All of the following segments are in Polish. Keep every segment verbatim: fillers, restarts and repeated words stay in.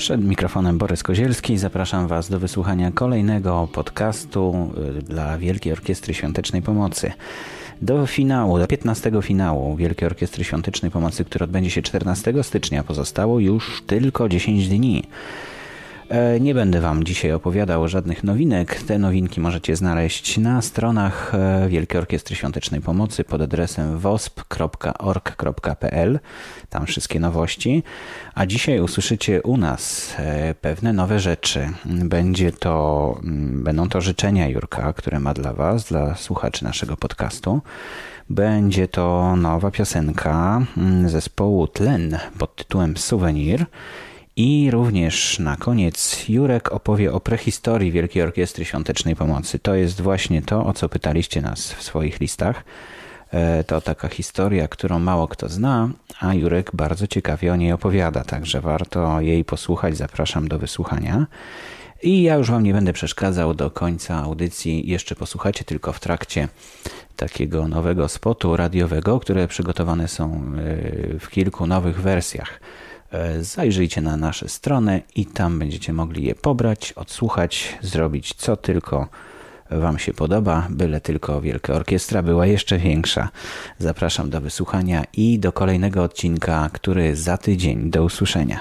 Przed mikrofonem Borys Kozielski. Zapraszam Was do wysłuchania kolejnego podcastu dla Wielkiej Orkiestry Świątecznej Pomocy. Do finału, do piętnastego finału Wielkiej Orkiestry Świątecznej Pomocy, który odbędzie się czternastego stycznia, pozostało już tylko dziesięć dni. Nie będę Wam dzisiaj opowiadał o żadnych nowinek. Te nowinki możecie znaleźć na stronach Wielkiej Orkiestry Świątecznej Pomocy pod adresem wosp kropka org kropka pl. Tam wszystkie nowości. A dzisiaj usłyszycie u nas pewne nowe rzeczy. Będzie to, będą to życzenia Jurka, które ma dla Was, dla słuchaczy naszego podcastu. Będzie to nowa piosenka zespołu Tlen pod tytułem Souvenir. I również na koniec Jurek opowie o prehistorii Wielkiej Orkiestry Świątecznej Pomocy. To jest właśnie to, o co pytaliście nas w swoich listach. To taka historia, którą mało kto zna, a Jurek bardzo ciekawie o niej opowiada, także warto jej posłuchać. Zapraszam do wysłuchania. I ja już Wam nie będę przeszkadzał do końca audycji. Jeszcze posłuchacie tylko w trakcie takiego nowego spotu radiowego, które przygotowane są w kilku nowych wersjach. Zajrzyjcie na nasze strony i tam będziecie mogli je pobrać, odsłuchać, zrobić co tylko Wam się podoba, byle tylko Wielka Orkiestra była jeszcze większa. Zapraszam do wysłuchania i do kolejnego odcinka, który za tydzień. Do usłyszenia.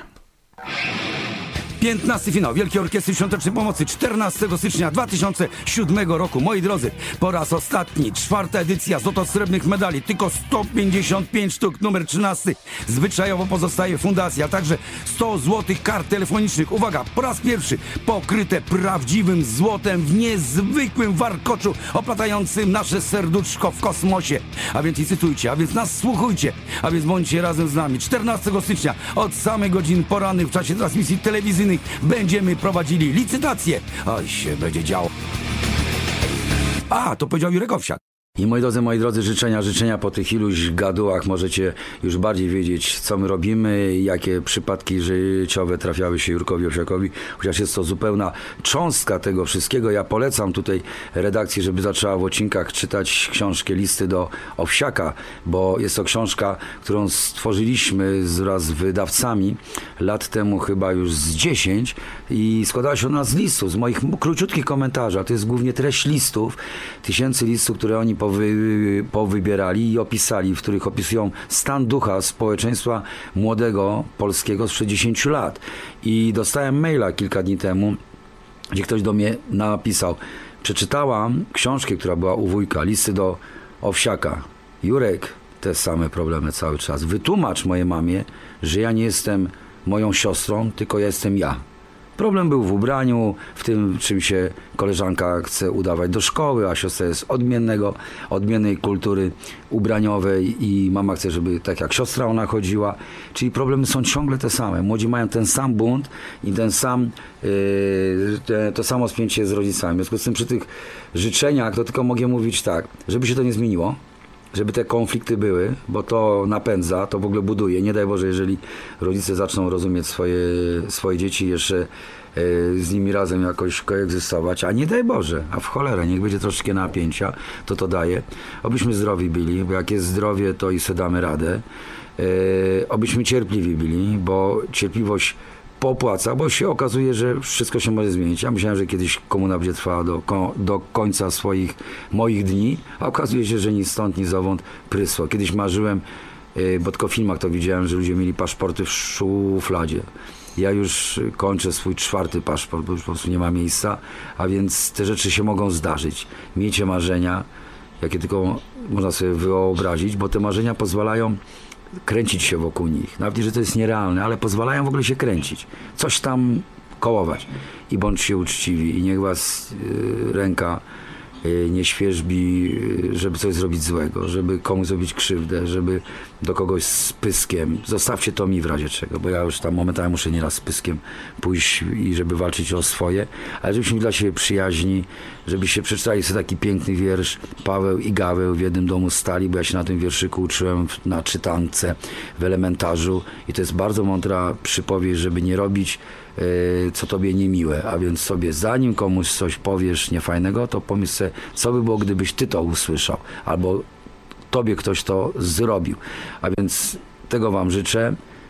piętnasty finał Wielkiej Orkiestry Świątecznej Pomocy czternastego stycznia dwa tysiące siódmego roku. Moi drodzy, po raz ostatni, czwarta edycja złoto-srebrnych medali, tylko sto pięćdziesiąt pięć sztuk, numer trzynasty. Zwyczajowo pozostaje fundacja, także sto złotych kart telefonicznych. Uwaga, po raz pierwszy pokryte prawdziwym złotem w niezwykłym warkoczu oplatającym nasze serduszko w kosmosie. A więc licytujcie, a więc nas słuchajcie, a więc bądźcie razem z nami. czternastego stycznia od samej godzin porannych w czasie transmisji telewizyjnej będziemy prowadzili licytację. Oj, się będzie działo. A, to powiedział Jurek Owsiak. I moi drodzy, moi drodzy, życzenia, życzenia po tych iluś gadułach możecie już bardziej wiedzieć, co my robimy, jakie przypadki życiowe trafiały się Jurkowi Owsiakowi, chociaż jest to zupełna cząstka tego wszystkiego. Ja polecam tutaj redakcji, żeby zaczęła w odcinkach czytać książkę Listy do Owsiaka, bo jest to książka, którą stworzyliśmy wraz z wydawcami lat temu chyba już z dziesięć i składała się ona z listów, z moich króciutkich komentarzy, a to jest głównie treść listów, tysięcy listów, które oni Powy, powybierali i opisali, w których opisują stan ducha społeczeństwa młodego polskiego sprzed dziesięciu lat. I dostałem maila kilka dni temu, gdzie ktoś do mnie napisał: przeczytałam książkę, która była u wujka, Listy do Owsiaka. Jurek, te same problemy cały czas. Wytłumacz mojej mamie, że ja nie jestem moją siostrą, tylko ja jestem ja. Problem był w ubraniu, w tym, czym się koleżanka chce udawać do szkoły, a siostra jest odmiennego, odmiennej kultury ubraniowej i mama chce, żeby tak jak siostra ona chodziła. Czyli problemy są ciągle te same. Młodzi mają ten sam bunt i ten sam, yy, te, to samo spięcie z rodzicami. W związku z tym przy tych życzeniach to tylko mogę mówić tak, żeby się to nie zmieniło, żeby te konflikty były, bo to napędza, to w ogóle buduje. Nie daj Boże, jeżeli rodzice zaczną rozumieć swoje, swoje dzieci, jeszcze z nimi razem jakoś koegzystować, a nie daj Boże, a w cholerę, niech będzie troszeczkę napięcia, to to daje. Obyśmy zdrowi byli, bo jak jest zdrowie, to i sobie damy radę. Obyśmy cierpliwi byli, bo cierpliwość popłaca, bo się okazuje, że wszystko się może zmienić. Ja myślałem, że kiedyś komuna będzie trwała do, do końca swoich moich dni, a okazuje się, że ni stąd, ni zowąd prysło. Kiedyś marzyłem, bo tylko w filmach to widziałem, że ludzie mieli paszporty w szufladzie. Ja już kończę swój czwarty paszport, bo już po prostu nie ma miejsca, a więc te rzeczy się mogą zdarzyć. Miejcie marzenia, jakie tylko można sobie wyobrazić, bo te marzenia pozwalają kręcić się wokół nich. Nawet jeżeli to jest nierealne, ale pozwalają w ogóle się kręcić. Coś tam kołować. I bądźcie uczciwi i niech was yy, ręka yy, nie świerzbi, yy, żeby coś zrobić złego, żeby komuś zrobić krzywdę, żeby do kogoś z pyskiem. Zostawcie to mi w razie czego, bo ja już tam momentami muszę nieraz z pyskiem pójść i żeby walczyć o swoje, ale żebyśmy dla siebie przyjaźni, żebyście przeczytali sobie taki piękny wiersz Paweł i Gaweł w jednym domu stali, bo ja się na tym wierszyku uczyłem na czytance w elementarzu i to jest bardzo mądra przypowieść, żeby nie robić yy, co tobie niemiłe, a więc sobie zanim komuś coś powiesz niefajnego, to pomyśl sobie, co by było, gdybyś ty to usłyszał, albo tobie ktoś to zrobił. A więc tego wam życzę.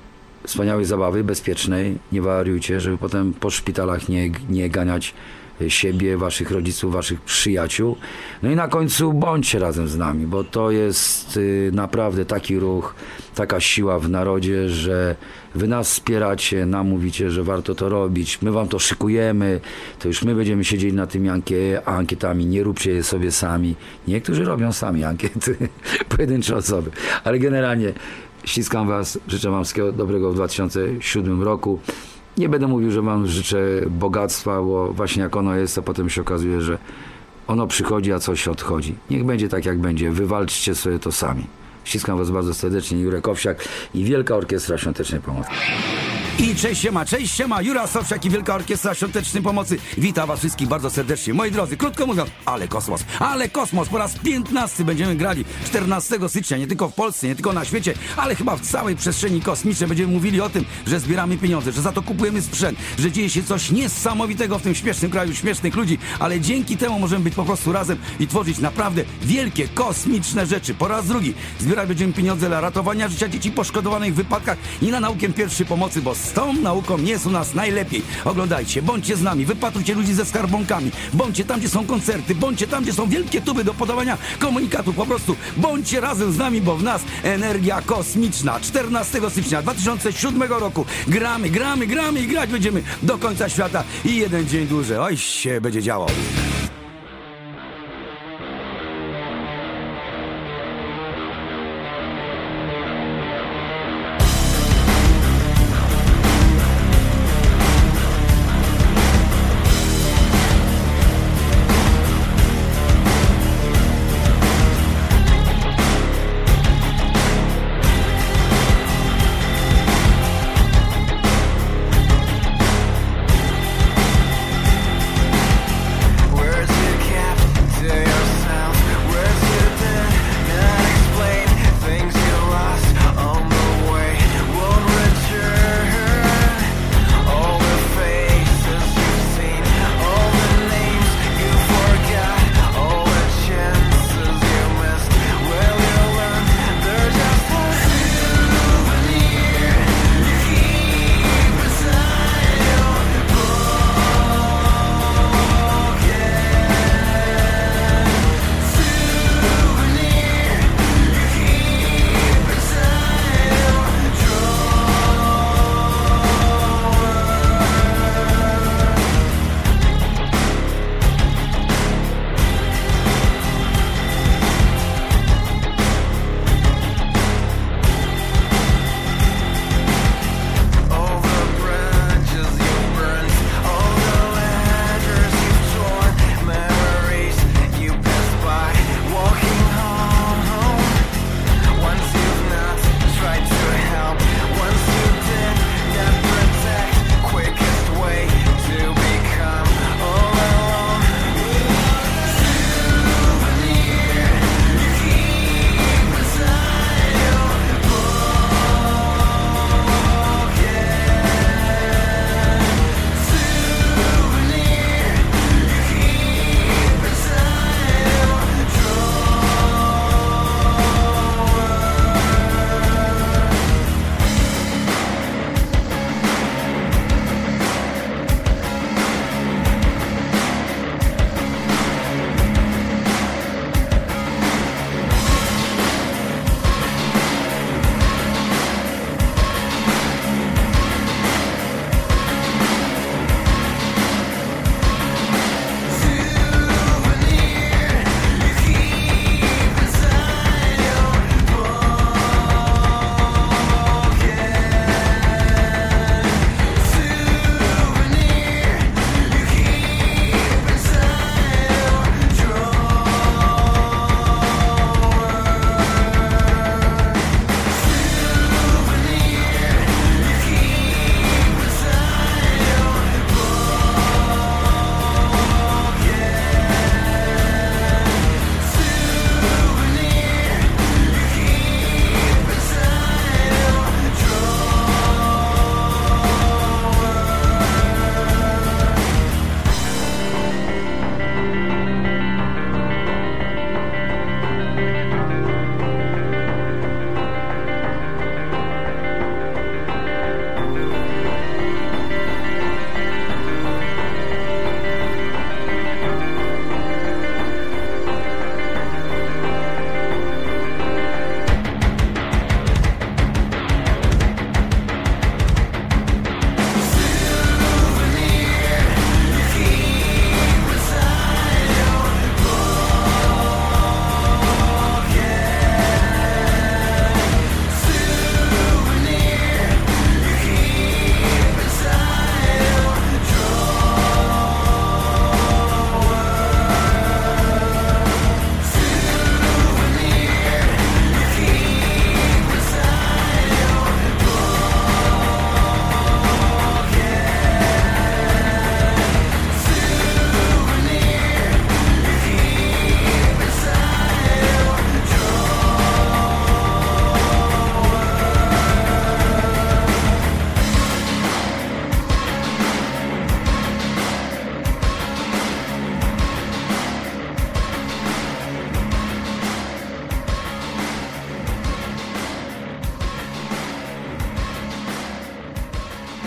wspaniałej zabawy, bezpiecznej, nie wariujcie, żeby potem po szpitalach nie, nie ganiać siebie, waszych rodziców, waszych przyjaciół. No i na końcu bądźcie razem z nami, bo to jest y, naprawdę taki ruch, taka siła w narodzie, że wy nas wspieracie, nam mówicie, że warto to robić, my wam to szykujemy, to już my będziemy siedzieli nad tymi ankie- ankietami, nie róbcie je sobie sami. Niektórzy robią sami ankiety, pojedyncze osoby, ale generalnie ściskam was, życzę wam wszystkiego dobrego w dwa tysiące siódmym roku. Nie będę mówił, że wam życzę bogactwa, bo właśnie jak ono jest, to potem się okazuje, że ono przychodzi, a coś odchodzi. Niech będzie tak, jak będzie. Wywalczcie sobie to sami. Ściskam was bardzo serdecznie. Jurek Owsiak i Wielka Orkiestra Świątecznej Pomocy. I cześć siema, cześć siema, Jura Owsiak i Wielka Orkiestra Świątecznej Pomocy. Witam was wszystkich bardzo serdecznie. Moi drodzy, krótko mówiąc, ale kosmos, ale kosmos. Po raz piętnasty będziemy grali czternastego stycznia, nie tylko w Polsce, nie tylko na świecie, ale chyba w całej przestrzeni kosmicznej. Będziemy mówili o tym, że zbieramy pieniądze, że za to kupujemy sprzęt, że dzieje się coś niesamowitego w tym śmiesznym kraju, śmiesznych ludzi, ale dzięki temu możemy być po prostu razem i tworzyć naprawdę wielkie, kosmiczne rzeczy. Po raz drugi zbierać będziemy pieniądze dla ratowania życia dzieci poszkodowanych w wypadkach i na naukę pierwszej pomocy, bo z tą nauką jest u nas najlepiej. Oglądajcie, bądźcie z nami, wypatrujcie ludzi ze skarbonkami, bądźcie tam, gdzie są koncerty, bądźcie tam, gdzie są wielkie tuby do podawania komunikatu, po prostu bądźcie razem z nami, bo w nas energia kosmiczna. czternastego stycznia dwa tysiące siódmego roku gramy, gramy, gramy i grać będziemy do końca świata i jeden dzień dłużej. Oj, się będzie działo.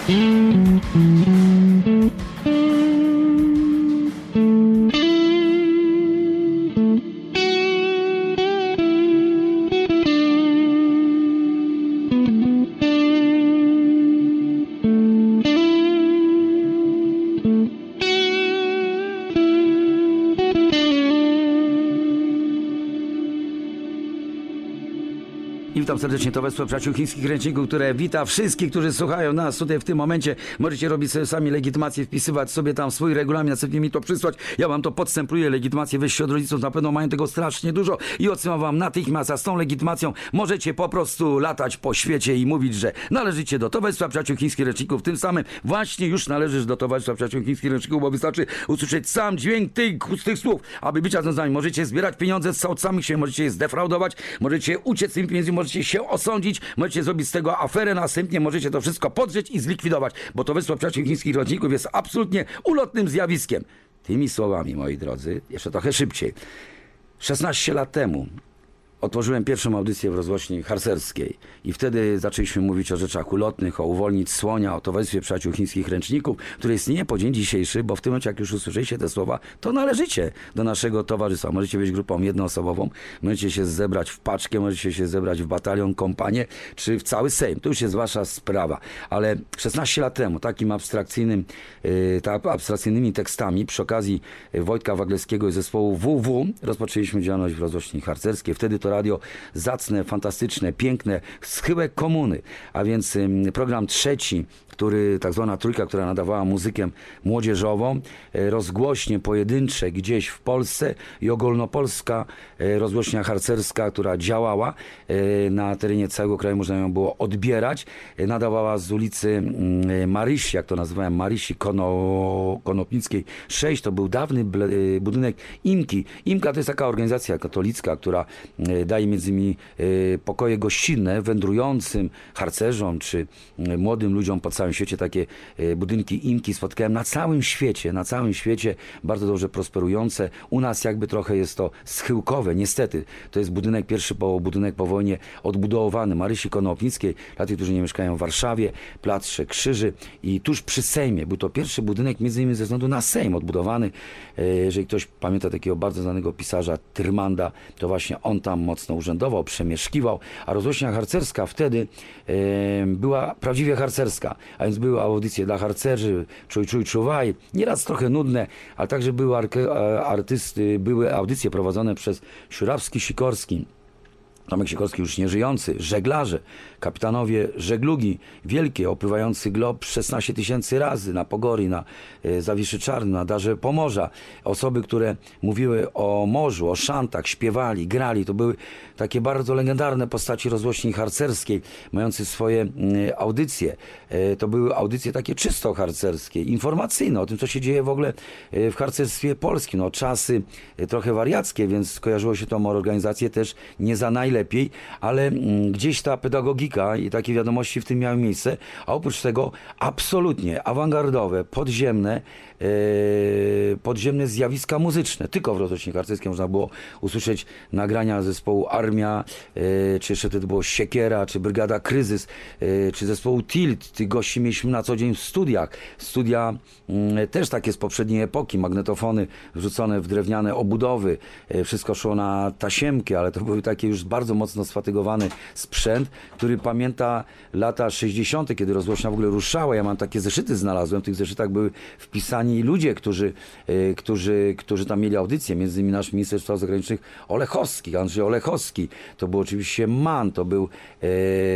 I witam serdecznie Towarzystwo Przyjaciół Chińskich Ręczników, które wita wszystkich, którzy słuchają nas tutaj w tym momencie. Możecie robić sobie sami legitymację, wpisywać sobie tam swój regulamin, następnie mi to przysłać. Ja wam to podstempluję, legitymację weźcie od rodziców, na pewno mają tego strasznie dużo i odsyłam wam natychmiast, a z tą legitymacją możecie po prostu latać po świecie i mówić, że należycie do Towarzystwa Przyjaciół Chińskich Ręczników. Tym samym właśnie już należysz do Towarzystwa Przyjaciół Chińskich Ręczników, bo wystarczy usłyszeć sam dźwięk tych, tych słów, aby być razem z nami. Możecie zbierać pieniądze od samych się, możecie je zdefraudować, możecie uciec z tymi pieniędzmi, możecie się osądzić, możecie zrobić z tego aferę, następnie możecie to wszystko podrzeć i zlikwidować, bo Towarzystwo Przyjaciół Chińskich Ręczników jest absolutnie ulotnym zjawiskiem. Tymi słowami, moi drodzy, jeszcze trochę szybciej. szesnaście lat temu otworzyłem pierwszą audycję w rozgłośni harcerskiej i wtedy zaczęliśmy mówić o rzeczach ulotnych, o uwolnić słonia, o Towarzystwie Przyjaciół Chińskich Ręczników, które istnieje po dzień dzisiejszy, bo w tym momencie, jak już usłyszeliście te słowa, to należycie do naszego towarzystwa. Możecie być grupą jednoosobową, możecie się zebrać w paczkę, możecie się zebrać w batalion, kompanię, czy w cały Sejm. To już jest wasza sprawa. Ale szesnaście lat temu takim abstrakcyjnym, yy, tak, abstrakcyjnymi tekstami przy okazji Wojtka Waglewskiego i zespołu W W rozpoczęliśmy działalność w rozgłośni harcerskiej. Wtedy to radio zacne, fantastyczne, piękne, schyłek komuny, a więc ym, program trzeci, który, tak zwana trójka, która nadawała muzykę młodzieżową, y, rozgłośnie pojedyncze gdzieś w Polsce i ogólnopolska y, rozgłośnia harcerska, która działała y, na terenie całego kraju, można ją było odbierać, y, nadawała z ulicy y, Marysi, jak to nazywałem, Marysi Kono, Konopnickiej sześć, to był dawny ble, y, budynek IMKI. IMKA to jest taka organizacja katolicka, która y, daje między innymi y, pokoje gościnne wędrującym harcerzom czy y, młodym ludziom po całym świecie. Takie y, budynki IMKI spotkałem na całym świecie, na całym świecie bardzo dobrze prosperujące. U nas jakby trochę jest to schyłkowe, niestety. To jest budynek pierwszy po, budynek po wojnie odbudowany Marysi Konopnickiej, dla tych, którzy nie mieszkają w Warszawie, Plac Trzech Krzyży i tuż przy Sejmie. Był to pierwszy budynek między innymi ze względu na Sejm odbudowany. Y, jeżeli ktoś pamięta takiego bardzo znanego pisarza Tyrmanda, to właśnie on tam mocno urzędował, przemieszkiwał, a rozgłośnia harcerska wtedy e, była prawdziwie harcerska, a więc były audycje dla harcerzy, czuj, czuj, czuwaj, nieraz trochę nudne, ale także były artysty, były audycje prowadzone przez Siurawski, Sikorski, Tomek Sikorski już nieżyjący, żeglarze, kapitanowie żeglugi wielkie, opływający glob szesnaście tysięcy razy na Pogori, na e, Zawiszy Czarnym, na Darze Pomorza. Osoby, które mówiły o morzu, o szantach, śpiewali, grali. To były takie bardzo legendarne postaci rozgłośni harcerskiej, mające swoje e, audycje. E, to były audycje takie czysto harcerskie, informacyjne o tym, co się dzieje w ogóle e, w harcerstwie polskim. No, czasy e, trochę wariackie, więc kojarzyło się tą organizację też nie za najlepiej. lepiej, ale gdzieś ta pedagogika i takie wiadomości w tym miały miejsce, a oprócz tego absolutnie awangardowe, podziemne, e, podziemne zjawiska muzyczne. Tylko w rozgłośni harcerskiej można było usłyszeć nagrania zespołu Armia, e, czy jeszcze wtedy było Siekiera, czy Brygada Kryzys, e, czy zespołu Tilt. Tych gości mieliśmy na co dzień w studiach. Studia m, też takie z poprzedniej epoki, magnetofony wrzucone w drewniane obudowy, e, wszystko szło na tasiemki, ale to były takie już bardzo mocno sfatygowany sprzęt, który pamięta lata sześćdziesiąte, kiedy rozgłośnia w ogóle ruszała. Ja mam takie zeszyty znalazłem, w tych zeszytach były wpisani ludzie, którzy, e, którzy, którzy tam mieli audycje, między innymi nasz minister spraw zagranicznych Olechowski, Andrzej Olechowski, to był oczywiście Mann, to był e,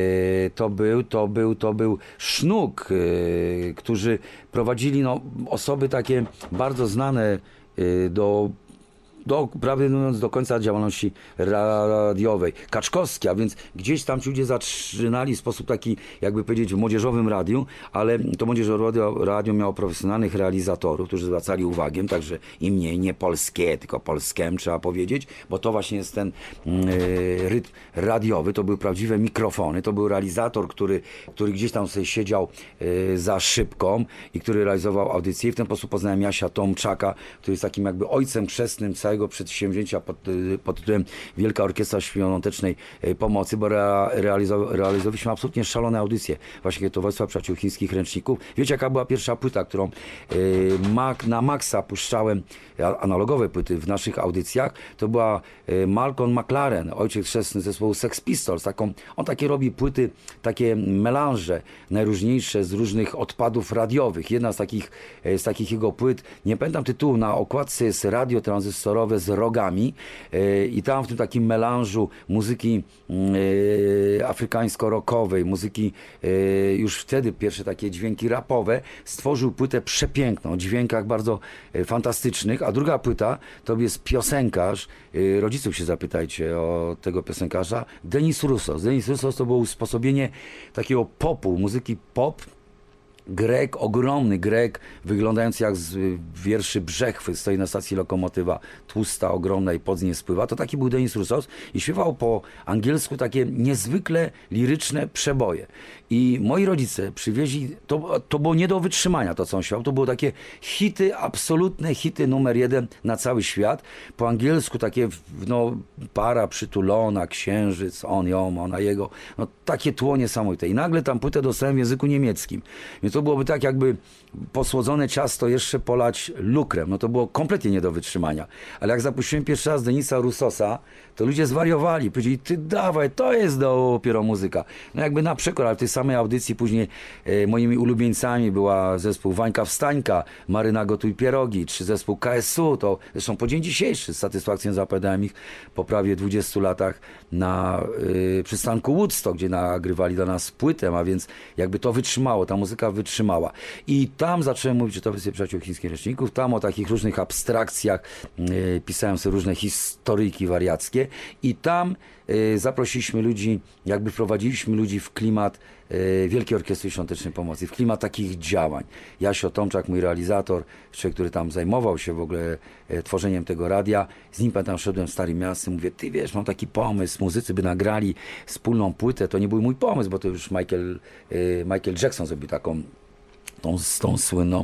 to był, to był, to był Sznuk, e, którzy prowadzili no, osoby takie bardzo znane e, do do, prawie mówiąc, do końca działalności radiowej. Kaczkowski, a więc gdzieś tam ci ludzie zaczynali w sposób taki, jakby powiedzieć, w młodzieżowym radiu, ale to młodzieżowe radio, radio miało profesjonalnych realizatorów, którzy zwracali uwagę, także i mniej nie polskie, tylko polskiem trzeba powiedzieć, bo to właśnie jest ten yy, rytm radiowy, to były prawdziwe mikrofony, to był realizator, który, który gdzieś tam sobie siedział yy, za szybką i który realizował audycję. I w ten sposób poznałem Jasia Tomczaka, który jest takim jakby ojcem chrzestnym całego przedsięwzięcia pod, pod tytułem Wielka Orkiestra Świątecznej Pomocy, bo realizow, realizowaliśmy absolutnie szalone audycje właśnie Towarzystwa Przyjaciół Chińskich Ręczników. Wiecie, jaka była pierwsza płyta, którą na maksa puszczałem, analogowe płyty w naszych audycjach, to była Malcolm McLaren, ojciec chrzestny zespołu Sex Pistols. Taką, on takie robi płyty, takie melanże najróżniejsze z różnych odpadów radiowych. Jedna z takich, z takich jego płyt, nie pamiętam tytułu, na okładce jest radio tranzystorowe z rogami i tam w tym takim melanżu muzyki afrykańsko-rockowej, muzyki już wtedy pierwsze takie dźwięki rapowe, stworzył płytę przepiękną, o dźwiękach bardzo fantastycznych, a druga płyta to jest piosenkarz, rodziców się zapytajcie o tego piosenkarza, Denis Roussos. Denis Roussos to było usposobienie takiego popu, muzyki pop, Grek, ogromny Grek, wyglądający jak z wierszy Brzechwy, stoi na stacji lokomotywa, tłusta, ogromna i pod z niej spływa. To taki był Denis Roussos i śpiewał po angielsku takie niezwykle liryczne przeboje. I moi rodzice przywieźli, to, to było nie do wytrzymania to, co on śpiewał, to było takie hity, absolutne hity numer jeden na cały świat. Po angielsku takie, no, para przytulona, księżyc, on ją, ona jego, no takie tło niesamowite. I nagle tam płytę dostałem w języku niemieckim. Więc to byłoby tak, jakby posłodzone ciasto jeszcze polać lukrem. No to było kompletnie nie do wytrzymania. Ale jak zapuściłem pierwszy raz Denisa Roussosa, to ludzie zwariowali. Powiedzieli, ty dawaj, to jest dopiero muzyka. No jakby na przykład, ale w tej samej audycji później e, moimi ulubieńcami była zespół Wańka Wstańka, Maryna Gotuj Pierogi, czy zespół K S U. To zresztą po dzień dzisiejszy z satysfakcją zapowiadałem ich po prawie dwudziestu latach na y, przystanku Woodstock, gdzie nagrywali dla nas płytę, a więc jakby to wytrzymało, ta muzyka wytrzymała. I tam zacząłem mówić o Towarzystwie Przyjaciół Chińskich Ręczników, tam o takich różnych abstrakcjach y, pisałem sobie różne historyjki wariackie i tam y, zaprosiliśmy ludzi, jakby wprowadziliśmy ludzi w klimat y, Wielkiej Orkiestry Świątecznej Pomocy, w klimat takich działań. Jasio Tomczak, mój realizator, człowiek, który tam zajmował się w ogóle y, tworzeniem tego radia, z nim tam szedłem w Starym Miastem, mówię, ty wiesz, mam taki pomysł, muzycy by nagrali wspólną płytę, to nie był mój pomysł, bo to już Michael, y, Michael Jackson zrobił taką, tą, z tą słynną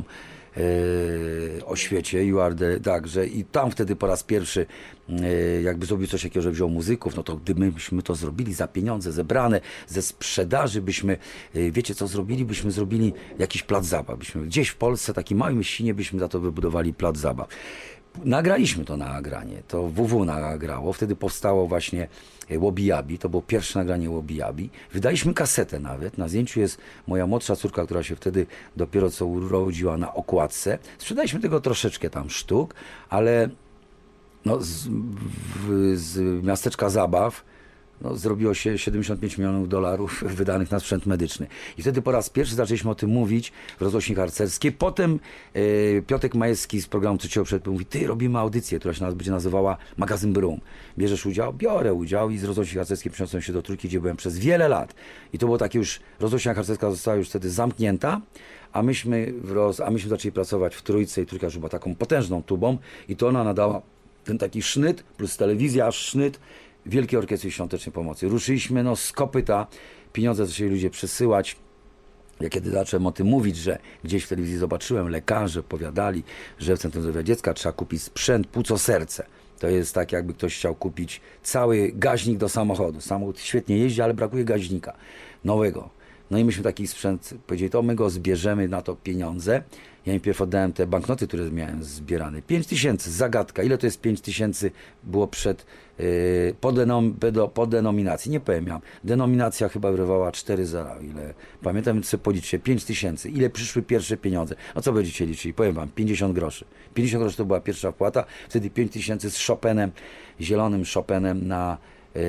Yy, o świecie, You Are The, także i tam wtedy po raz pierwszy yy, jakby zrobił coś takiego, że wziął muzyków, no to gdyby myśmy to zrobili za pieniądze zebrane ze sprzedaży, byśmy, yy, wiecie co zrobili? Byśmy zrobili jakiś plac zabaw, byśmy gdzieś w Polsce, taki mały mieścinie, byśmy za to wybudowali plac zabaw. Nagraliśmy to nagranie, to W W nagrało, wtedy powstało właśnie Łobijabi, to było pierwsze nagranie Łobijabi. Wydaliśmy kasetę nawet, na zdjęciu jest moja młodsza córka, która się wtedy dopiero co urodziła na okładce. Sprzedaliśmy tego troszeczkę tam sztuk, ale no z, w, z miasteczka zabaw no, zrobiło się siedemdziesiąt pięć milionów dolarów wydanych na sprzęt medyczny. I wtedy po raz pierwszy zaczęliśmy o tym mówić w rozgłośni harcerskiej. Potem e, Piotrek Majewski z programu Trzeciego Przed mówi, ty, robimy audycję, która się nas będzie nazywała Magazyn Brum. Bierzesz udział? Biorę udział i z rozgłośni harcerskiej przeniosłem się do Trójki, gdzie byłem przez wiele lat. I to było takie już, rozgłośnia harcerska została już wtedy zamknięta, a myśmy, w roz, a myśmy zaczęli pracować w Trójce i Trójka już była taką potężną tubą i to ona nadała ten taki sznyt, plus telewizja, sznyt Wielkiej Orkiestry Świątecznej Pomocy. Ruszyliśmy no, z kopyta, pieniądze zaczęli ludzie przesyłać. Ja kiedy zacząłem o tym mówić, że gdzieś w telewizji zobaczyłem, lekarze powiadali, że w Centrum Zdrowia Dziecka trzeba kupić sprzęt płuco-serce. To jest tak, jakby ktoś chciał kupić cały gaźnik do samochodu. Samochód świetnie jeździ, ale brakuje gaźnika nowego. No i myśmy taki sprzęt powiedzieli, to my go zbierzemy na to pieniądze. Ja im pierw oddałem te banknoty, które miałem zbierane. pięć tysięcy, zagadka. Ile to jest pięć tysięcy było przed, yy, po, denom, po denominacji? Nie powiem, miałem. Denominacja chyba wyrywała cztery zera. Ile, pamiętam, więc sobie policzcie, pięć tysięcy. Ile przyszły pierwsze pieniądze? No co będziecie liczyli? Powiem wam, pięćdziesiąt groszy. pięćdziesiąt groszy to była pierwsza wpłata. Wtedy pięć tysięcy z Chopinem, zielonym Chopinem na, yy,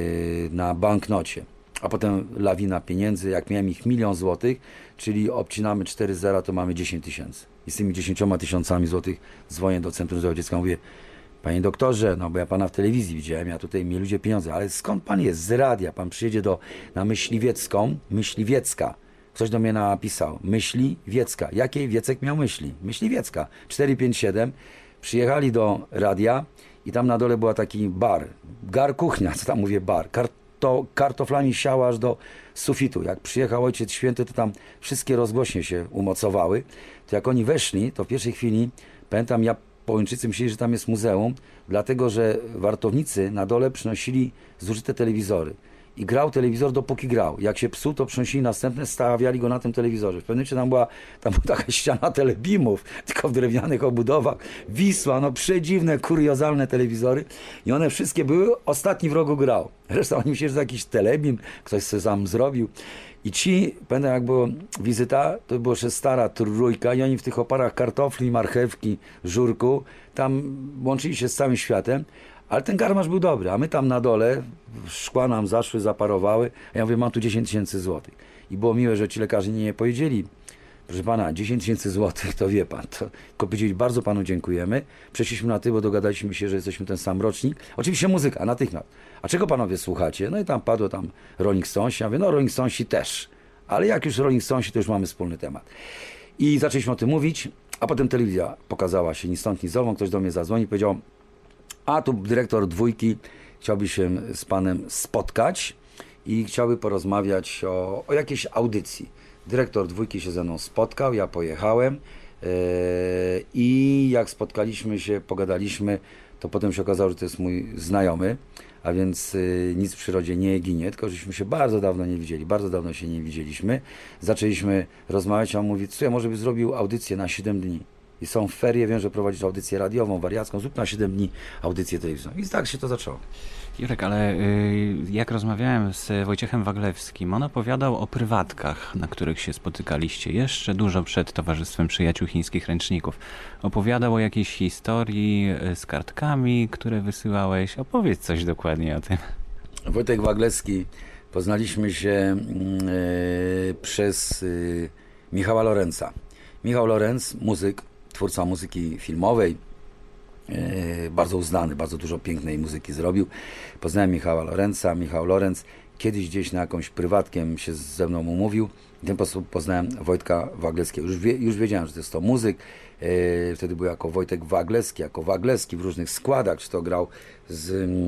na banknocie. A potem lawina pieniędzy, jak miałem ich milion złotych, czyli obcinamy cztery zera, to mamy dziesięć tysięcy. I z tymi dziesięcioma tysiącami złotych dzwonię do Centrum Zdrowia Dziecka, mówię, panie doktorze, no bo ja pana w telewizji widziałem, ja tutaj mi ludzie pieniądze, ale skąd pan jest? Z radia, pan przyjedzie do, na Myśliwiecką, Myśliwiecka. Ktoś do mnie napisał, Myśliwiecka. Jakiej Wiecek miał myśli? Myśliwiecka. cztery pięć siedem. Przyjechali do radia i tam na dole była taki bar. Gar kuchnia, co tam mówię, bar. Kart to kartoflami siała aż do sufitu. Jak przyjechał Ojciec Święty, to tam wszystkie rozgłośnie się umocowały. To jak oni weszli, to w pierwszej chwili, pamiętam, ja Połęczycy myśleli, że tam jest muzeum, dlatego że wartownicy na dole przynosili zużyte telewizory. I grał telewizor, dopóki grał. Jak się psuł, to przynosili następne, stawiali go na tym telewizorze. W pewnym momencie tam była, tam była taka ściana telebimów, tylko w drewnianych obudowach. Wisła, no przedziwne, kuriozalne telewizory. I one wszystkie były, ostatni w rogu grał. Reszta oni myśleli, że to jakiś telebim, ktoś sobie sam zrobił. I ci, pamiętam jak była wizyta, to była jeszcze stara trójka i oni w tych oparach kartofli, marchewki, żurku, tam łączyli się z całym światem. Ale ten garmarz był dobry, a my tam na dole, szkła nam zaszły, zaparowały, a ja mówię, mam tu dziesięć tysięcy złotych. I było miłe, że ci lekarze nie powiedzieli, proszę pana, dziesięć tysięcy złotych, to wie pan, to tylko powiedzieli, bardzo panu dziękujemy, przeszliśmy na ty, bo dogadaliśmy się, że jesteśmy ten sam rocznik. Oczywiście muzyka, natychmiast. A czego panowie słuchacie? No i tam padło tam Rolling Stones, ja mówię, no Rolling Stonesi też, ale jak już Rolling Stonesi, to już mamy wspólny temat. I zaczęliśmy o tym mówić, a potem telewizja pokazała się ni stąd, ni zowąd, ktoś do mnie zadzwonił i powiedział, a tu dyrektor dwójki chciałby się z panem spotkać i chciałby porozmawiać o, o jakiejś audycji. Dyrektor dwójki się ze mną spotkał, ja pojechałem yy, i jak spotkaliśmy się, pogadaliśmy, to potem się okazało, że to jest mój znajomy, a więc yy, nic w przyrodzie nie ginie, tylko żeśmy się bardzo dawno nie widzieli, bardzo dawno się nie widzieliśmy. Zaczęliśmy rozmawiać, a on mówi, co ja może by zrobił audycję na siedem dni. I są ferie, wiem, że prowadzisz audycję radiową, wariacką, zrób na siedem dni audycję telewizyjną. I tak się to zaczęło. Jurek, ale y, jak rozmawiałem z Wojciechem Waglewskim, on opowiadał o prywatkach, na których się spotykaliście jeszcze dużo przed Towarzystwem Przyjaciół Chińskich Ręczników. Opowiadał o jakiejś historii z kartkami, które wysyłałeś. Opowiedz coś dokładnie o tym. Wojtek Waglewski, poznaliśmy się y, przez y, Michała Lorenza. Michał Lorenz, muzyk, twórca muzyki filmowej, yy, bardzo uznany, bardzo dużo pięknej muzyki zrobił. Poznałem Michała Lorenza. Michał Lorenz kiedyś gdzieś na jakąś prywatkiem się ze mną umówił. W ten sposób poznałem Wojtka Waglewskiego. Już, wie, już wiedziałem, że to jest to muzyk. Yy, wtedy był jako Wojtek Waglewski, jako Waglewski w różnych składach, czy to grał z,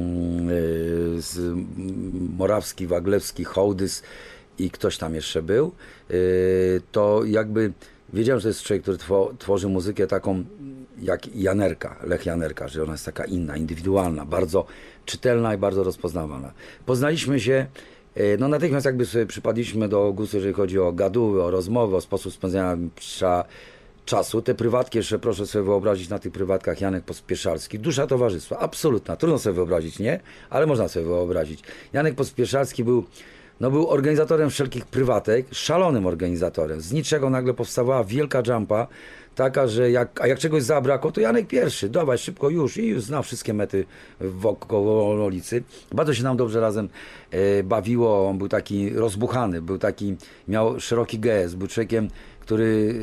yy, z Morawski, Waglewski, Hołdys i ktoś tam jeszcze był. Yy, to jakby wiedziałem, że to jest człowiek, który tworzy muzykę taką jak Janerka, Lech Janerka, że ona jest taka inna, indywidualna, bardzo czytelna i bardzo rozpoznawalna. Poznaliśmy się, no natychmiast jakby sobie przypadliśmy do gustu, jeżeli chodzi o gaduły, o rozmowy, o sposób spędzania czasu. Te prywatki jeszcze proszę sobie wyobrazić na tych prywatkach Janek Pospieszalski. Dusza towarzystwa, absolutna. Trudno sobie wyobrazić, nie? Ale można sobie wyobrazić. Janek Pospieszalski był No był organizatorem wszelkich prywatek, szalonym organizatorem. Z niczego nagle powstawała wielka jumpa, taka, że jak, a jak czegoś zabrakło, to Janek pierwszy, dawaj szybko już i już znał wszystkie mety wokoło ulicy. Bardzo się nam dobrze razem e, bawiło, on był taki rozbuchany, był taki, miał szeroki gest, był człowiekiem, który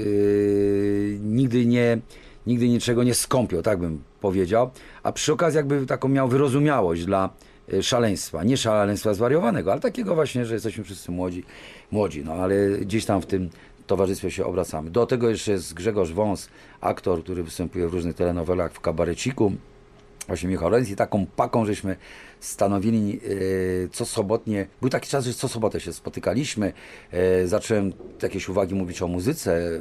e, nigdy nie, nigdy niczego nie skąpił, tak bym powiedział, a przy okazji jakby taką miał wyrozumiałość dla szaleństwa, nie szaleństwa zwariowanego, ale takiego właśnie, że jesteśmy wszyscy młodzi, młodzi, no ale gdzieś tam w tym towarzystwie się obracamy. Do tego jeszcze jest Grzegorz Wąs, aktor, który występuje w różnych telenowelach, w Kabareciku, właśnie Michał Lorenz i taką paką, żeśmy stanowili e, co sobotnie, był taki czas, że co sobotę się spotykaliśmy, e, zacząłem jakieś uwagi mówić o muzyce,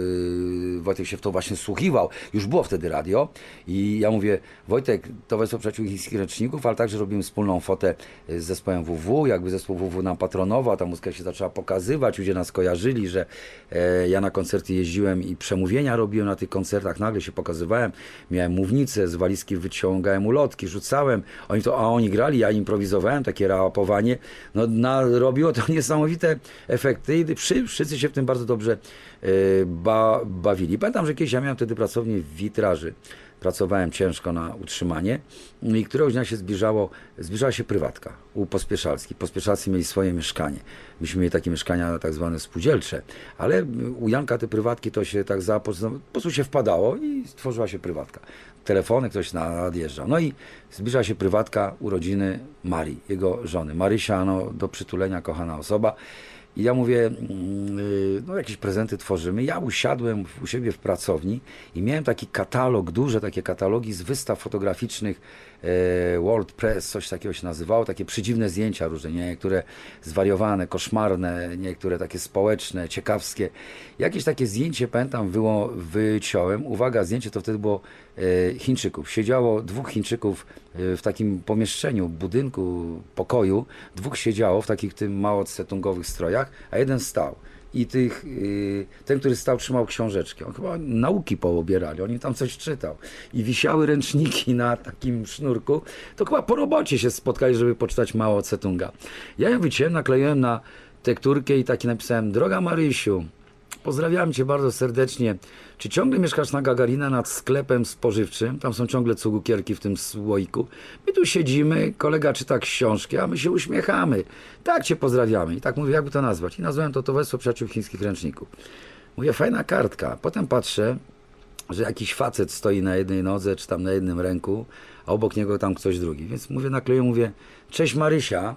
w, Wojtek się w to właśnie wsłuchiwał, już było wtedy radio i ja mówię, Wojtek, Towarzystwo Przyjaciół Chińskich Ręczników, ale także robimy wspólną fotę z zespołem W W, jakby zespół W W nam patronował, ta muzyka się zaczęła pokazywać, ludzie nas kojarzyli, że e, ja na koncerty jeździłem i przemówienia robiłem na tych koncertach, nagle się pokazywałem, miałem mównicę, z walizki wyciągałem ulotki, rzucałem, oni to, a oni grali, ja improwizowałem, takie rapowanie, no na, robiło to niesamowite efekty i przy, wszyscy się w tym bardzo dobrze y, ba, bawili. Pamiętam, że kiedyś ja miałem wtedy pracownię w witraży, pracowałem ciężko na utrzymanie i któregoś dnia się zbliżało, zbliżała się prywatka u Pospieszalskich. Pospieszalscy mieli swoje mieszkanie. Myśmy mieli takie mieszkania tak zwane spółdzielcze, ale u Janka te prywatki to się tak za, po prostu się wpadało i stworzyła się prywatka. Telefony, ktoś nadjeżdżał. No i zbliża się prywatka urodziny Marii, jego żony. Marysia, no, do przytulenia, kochana osoba. I ja mówię, no jakieś prezenty tworzymy. Ja usiadłem u siebie w pracowni i miałem taki katalog, duże takie katalogi z wystaw fotograficznych World Press, coś takiego się nazywało, takie przedziwne zdjęcia różne, niektóre zwariowane, koszmarne, niektóre takie społeczne, ciekawskie. Jakieś takie zdjęcie, pamiętam, było, wyciąłem. Uwaga, zdjęcie to wtedy było Chińczyków. Siedziało dwóch Chińczyków w takim pomieszczeniu, budynku, pokoju. Dwóch siedziało w takich tym małocetungowych strojach, a jeden stał. I tych, ten, który stał, trzymał książeczkę. On chyba nauki poobierali, oni tam coś czytał. I wisiały ręczniki na takim sznurku. To chyba po robocie się spotkali, żeby poczytać Mao Tse-tunga. Ja ją wyciąłem, nakleiłem na tekturkę i taki napisałem: droga Marysiu, pozdrawiam cię bardzo serdecznie. Czy ciągle mieszkasz na Gagarina nad sklepem spożywczym? Tam są ciągle cukierki w tym słoiku. My tu siedzimy, kolega czyta książki, a my się uśmiechamy. Tak cię pozdrawiamy. I tak mówię, jakby to nazwać. I nazwałem to Towarzystwo Przyjaciół Chińskich Ręczników. Mówię, fajna kartka. Potem patrzę, że jakiś facet stoi na jednej nodze, czy tam na jednym ręku, a obok niego tam ktoś drugi. Więc mówię, nakleję, mówię, cześć Marysia.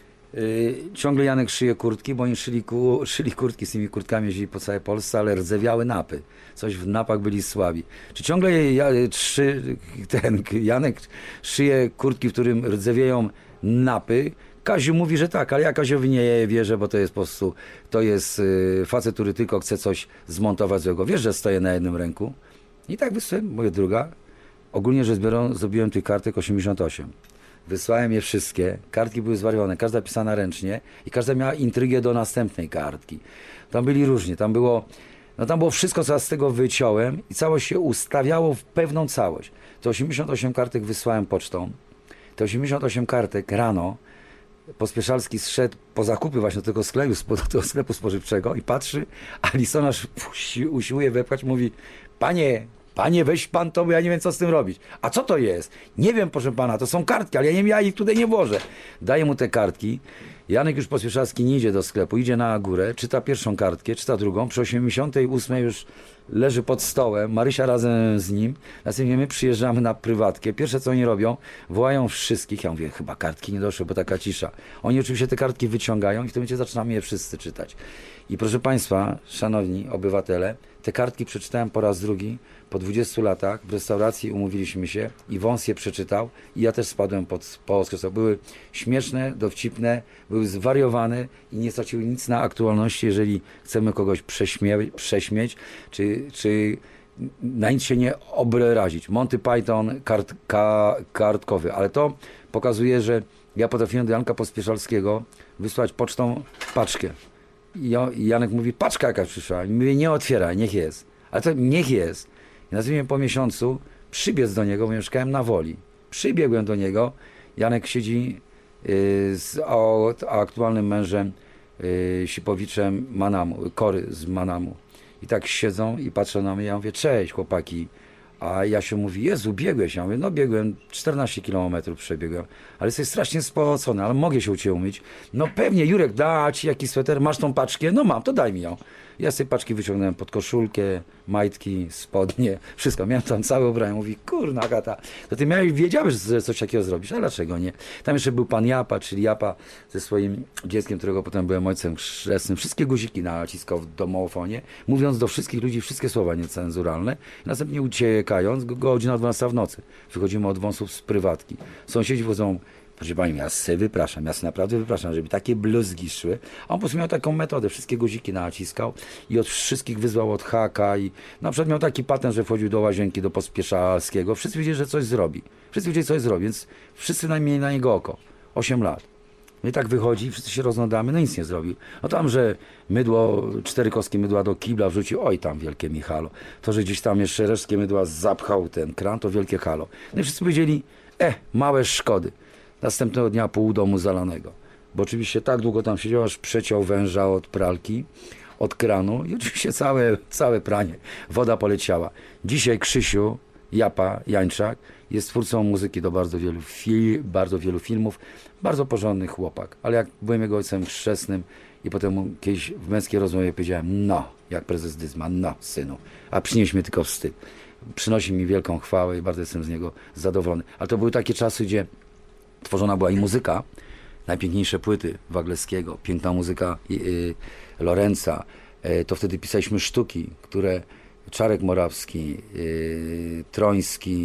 Yy, ciągle Janek szyje kurtki, bo oni szyli, ku, szyli kurtki, z tymi kurtkami jeździli po całej Polsce, ale rdzewiały napy. Coś w napach byli słabi. Czy ciągle ja, trzy, ten Janek szyje kurtki, w którym rdzewieją napy? Kaziu mówi, że tak, ale ja Kaziowi nie wierzę, bo to jest po prostu, to jest yy, facet, który tylko chce coś zmontować złego. Wiesz, że stoję na jednym ręku? I tak wysłałem, moja druga. Ogólnie rzecz biorąc, zrobiłem tych kartek osiemdziesiąt osiem. Wysłałem je wszystkie, kartki były zwarione, każda pisana ręcznie i każda miała intrygę do następnej kartki. Tam byli różni, tam było, no tam było wszystko, co ja z tego wyciąłem i całość się ustawiało w pewną całość. Te osiemdziesiąt osiem kartek wysłałem pocztą, te osiemdziesiąt osiem kartek rano Pospieszalski zszedł po zakupy właśnie do tego sklepu, do tego sklepu spożywczego i patrzy, a listonosz usiłuje wepchać, mówi: panie, Panie, weź pan to, bo ja nie wiem, co z tym robić. A co to jest? Nie wiem, proszę pana, to są kartki, ale ja nie wiem, ja ich tutaj nie włożę. Daję mu te kartki. Janek już Pospieszalski nie idzie do sklepu, idzie na górę, czyta pierwszą kartkę, czyta drugą. Przy osiemdziesiątej ósmej już leży pod stołem, Marysia razem z nim. Następnie my przyjeżdżamy na prywatkę. Pierwsze, co oni robią, wołają wszystkich. Ja mówię, chyba kartki nie doszły, bo taka cisza. Oni oczywiście te kartki wyciągają i w tym momencie zaczynamy je wszyscy czytać. I proszę państwa, szanowni obywatele, te kartki przeczytałem po raz drugi. Po dwudziestu latach w restauracji umówiliśmy się i wąs je przeczytał i ja też spadłem pod poskresł. Były śmieszne, dowcipne, były zwariowane i nie straciły nic na aktualności, jeżeli chcemy kogoś prześmie prześmieć, czy, czy na nic się nie obrazić. Monty Python kart, ka, kartkowy, ale to pokazuje, że ja potrafiłem do Janka Pospieszalskiego wysłać pocztą paczkę. I Janek mówi, paczka jaka przyszła. I mówię, nie otwieraj, niech jest. Ale to niech jest. I nazwijmy po miesiącu, przybiec do niego, bo mieszkałem na Woli. Przybiegłem do niego, Janek siedzi yy, z o, aktualnym mężem yy, Sipowiczem Manamu, Kory z Manamu. I tak siedzą i patrzą na mnie, ja mówię, cześć chłopaki. A Jasiu mówi, Jezu, biegłeś? Ja mówię, no biegłem, czternaście kilometrów przebiegłem, ale jesteś strasznie spocony, ale mogę się u ciebie umyć. No pewnie, Jurek, da ci jakiś sweter, masz tą paczkę? No mam, to daj mi ją. Ja z tej paczki wyciągnąłem pod koszulkę, majtki, spodnie, wszystko. Miałem tam całe ubranie. Mówi, kurna Agata, to ty miałeś, wiedziałeś, że coś takiego zrobisz, a dlaczego nie? Tam jeszcze był pan Japa, czyli Japa ze swoim dzieckiem, którego potem byłem ojcem chrzestnym. Wszystkie guziki naciskał w domofonie, mówiąc do wszystkich ludzi wszystkie słowa niecenzuralne. Następnie uciekając, godzina dwunasta w nocy. Wychodzimy od wąsów z prywatki. Sąsiedzi wodzą, proszę pani, ja sobie wypraszam, ja sobie naprawdę wypraszam, żeby takie bluzgi szły. A on po prostu miał taką metodę, wszystkie guziki naciskał i od wszystkich wyzwał od haka i na przykład miał taki patent, że wchodził do łazienki, do Pospieszalskiego. Wszyscy wiedzieli, że coś zrobi. Wszyscy wiedzieli, co zrobi, więc wszyscy mieli na niego oko. Osiem lat. No i tak wychodzi, wszyscy się rozglądamy, no nic nie zrobił. No tam, że mydło, cztery kostki mydła do kibla wrzucił, oj tam wielkie mi halo. To, że gdzieś tam jeszcze resztkę mydła zapchał ten kran, to wielkie halo. No i wszyscy powiedzieli, e, małe szkody. Następnego dnia pół domu zalanego. Bo oczywiście tak długo tam siedział, aż przeciął węża od pralki, od kranu i oczywiście całe, całe pranie. Woda poleciała. Dzisiaj Krzysiu Japa, Jańczak, jest twórcą muzyki do bardzo wielu, fil, bardzo wielu filmów. Bardzo porządny chłopak. Ale jak byłem jego ojcem chrzestnym i potem mu kiedyś w męskiej rozmowie powiedziałem, no, jak prezes Dyzman, no, synu, a przynieś mi tylko wstyd. Przynosi mi wielką chwałę i bardzo jestem z niego zadowolony. Ale to były takie czasy, gdzie tworzona była i muzyka, najpiękniejsze płyty Wagleskiego, piękna muzyka yy, Lorenza. Yy, to wtedy pisaliśmy sztuki, które Czarek Morawski, yy, Troński,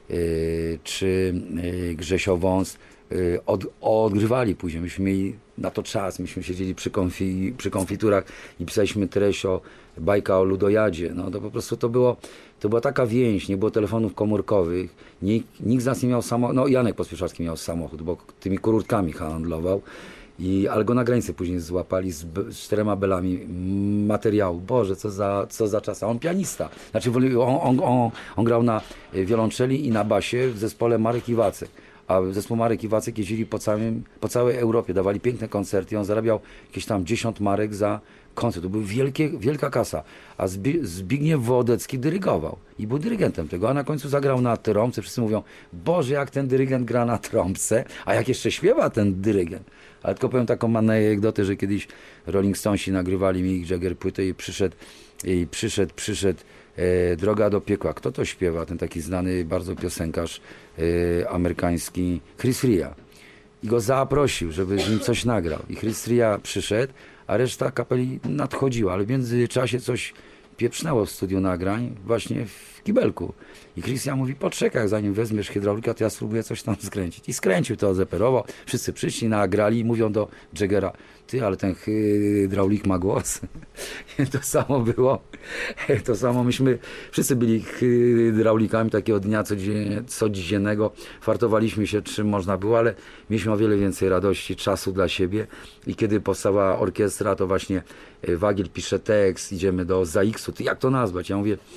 czy Grzesio Wąs od, odgrywali później. Myśmy mieli na to czas, myśmy siedzieli przy, konfi, przy konfiturach i pisaliśmy treść o bajka o ludojadzie. No to po prostu to było, to była taka więź, nie było telefonów komórkowych, nikt, nikt z nas nie miał samochód, no Janek Pospieszalski miał samochód, bo tymi kurtkami handlował, i, ale go na granicy później złapali z, z czterema belami materiału. Boże, co za, co za czas. A on pianista, znaczy on, on, on, on grał na wiolonczeli i na basie w zespole Marek i Wacek. A zespół Marek i Wacek jeździli po, całym, po całej Europie, dawali piękne koncerty i on zarabiał jakieś tam dziesiąt marek za koncert. To była wielka kasa. A Zbigniew Wołodecki dyrygował i był dyrygentem tego, a na końcu zagrał na trąbce. Wszyscy mówią, Boże, jak ten dyrygent gra na trąbce, a jak jeszcze śpiewa ten dyrygent. Ale tylko powiem taką anegdotę, że kiedyś Rolling Stonesi nagrywali Mick Jagger płytę i przyszedł, i przyszedł, przyszedł e, Droga do piekła. Kto to śpiewa? Ten taki znany bardzo piosenkarz e, amerykański, Chris Rea. I go zaprosił, żeby z nim coś nagrał. I Chris Rea przyszedł, a reszta kapeli nadchodziła, ale w międzyczasie coś pieprznęło w studiu nagrań, właśnie w kibelku. I Christian mówi, poczekaj, zanim wezmiesz hydraulika, to ja spróbuję coś tam skręcić. I skręcił to, zeperował. Wszyscy przyszli, nagrali i mówią do Jaggera, ty, ale ten hydraulik ma głos. To samo było. To samo myśmy, wszyscy byli hydraulikami takiego dnia codziennego. Fartowaliśmy się, czym można było, ale mieliśmy o wiele więcej radości, czasu dla siebie. I kiedy powstała orkiestra, to właśnie Wagiel pisze tekst, idziemy do Zaiksu. Ty, jak to nazwać? Ja mówię,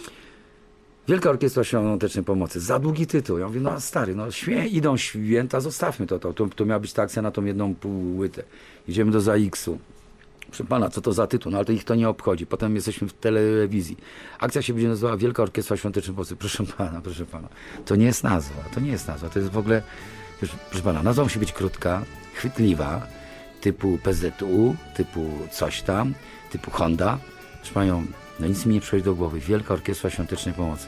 Wielka Orkiestra Świątecznej Pomocy. Za długi tytuł. Ja mówię, no stary, no świę, idą święta, zostawmy to. To, to, to miała być ta akcja na tą jedną płytę. Idziemy do Zaiksu. Proszę pana, co to za tytuł? No ale to ich to nie obchodzi. Potem jesteśmy w telewizji. Akcja się będzie nazywała Wielka Orkiestra Świątecznej Pomocy. Proszę pana, proszę pana. To nie jest nazwa. To nie jest nazwa. To jest w ogóle, proszę pana, nazwa musi być krótka, chwytliwa, typu P Z U, typu coś tam, typu Honda. Proszę panią, no nic mi nie przychodzi do głowy. Wielka Orkiestra Świątecznej Pomocy.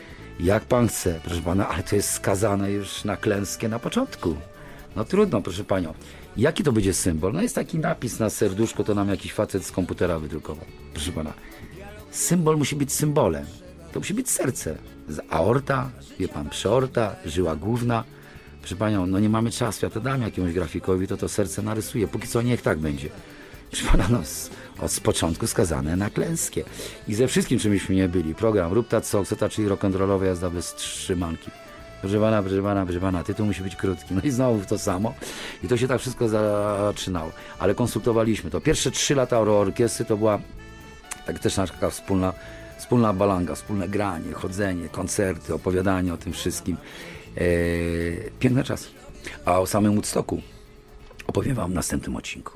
Jak pan chce, proszę pana, ale to jest skazane już na klęskę na początku. No trudno, proszę panią. Jaki to będzie symbol? No jest taki napis na serduszko, to nam jakiś facet z komputera wydrukował. Proszę pana, symbol musi być symbolem. To musi być serce. Aorta, wie pan, przeorta, żyła główna. Proszę panią, no nie mamy czasu, ja to dam jakiemuś grafikowi, to to serce narysuje. Póki co niech tak będzie. Proszę pana, no z, od z początku skazane na klęskę. I ze wszystkim, czym myśmy nie byli. Program Rób ta co chce ta, czyli rock'n'rollowa jazda bez trzymanki. Proszę pana, proszę pana, proszę pana, tytuł musi być krótki. No i znowu to samo. I to się tak wszystko zaczynało. Ale konsultowaliśmy to. Pierwsze trzy lata orkiestry to była tak też taka wspólna, wspólna balanga, wspólne granie, chodzenie, koncerty, opowiadanie o tym wszystkim. Eee, piękny czas. A o samym Woodstocku opowiem wam w następnym odcinku.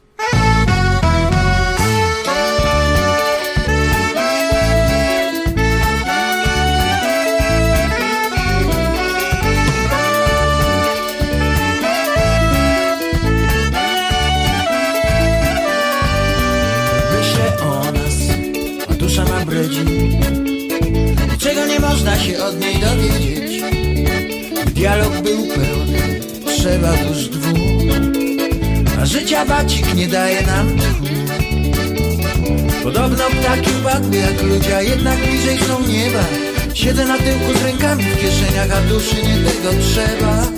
Czego nie można się od niej dowiedzieć. Dialog był pełny, trzeba dusz dwóch, a życia wacik nie daje nam tchu. Podobno ptaki upadły jak ludzie, a jednak bliżej są nieba. Siedzę na tyłku z rękami w kieszeniach, a duszy nie tego trzeba.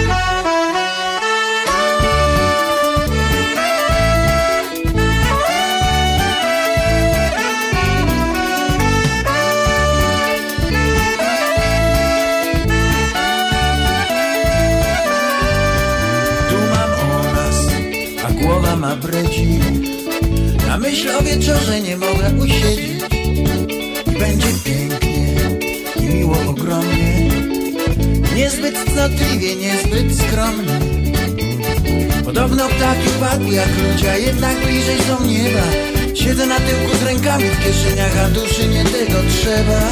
Głowa ma bredzi, na myśl o wieczorze nie mogę usiedzieć. Będzie pięknie i miło ogromnie, niezbyt cnotliwie, niezbyt skromnie. Podobno ptaki upadły jak ludzie, a jednak bliżej są nieba. Siedzę na tyłku z rękami w kieszeniach, a duszy nie tego trzeba.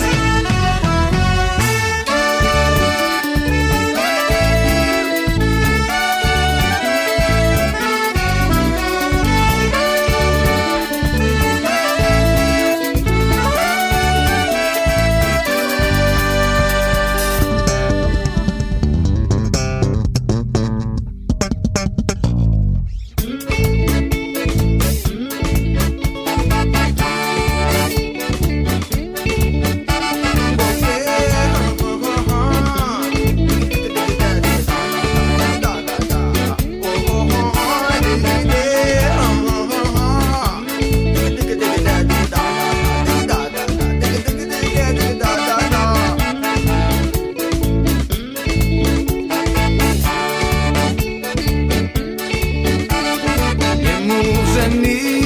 need